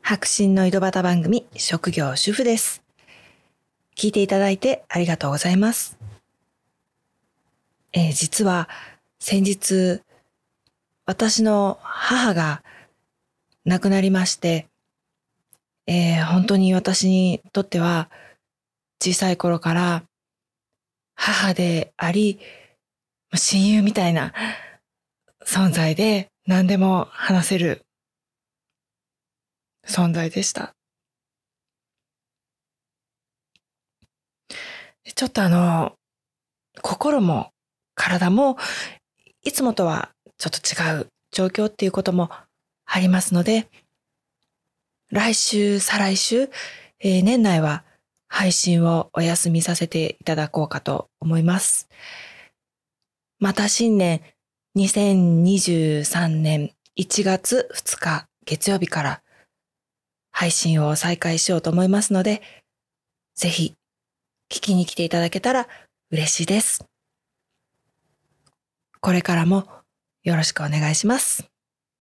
白真の井戸端番組、職業主婦です。聞いていただいてありがとうございます。実は先日、私の母が亡くなりまして、本当に私にとっては小さい頃から母であり、親友みたいな存在で何でも話せる存在でした。ちょっと心も体もいつもとはちょっと違う状況っていうこともありますので、来週、再来週、年内は配信をお休みさせていただこうかと思います。また新年2023年1月2日月曜日から配信を再開しようと思いますので、ぜひ聞きに来ていただけたら嬉しいです。これからもよろしくお願いします。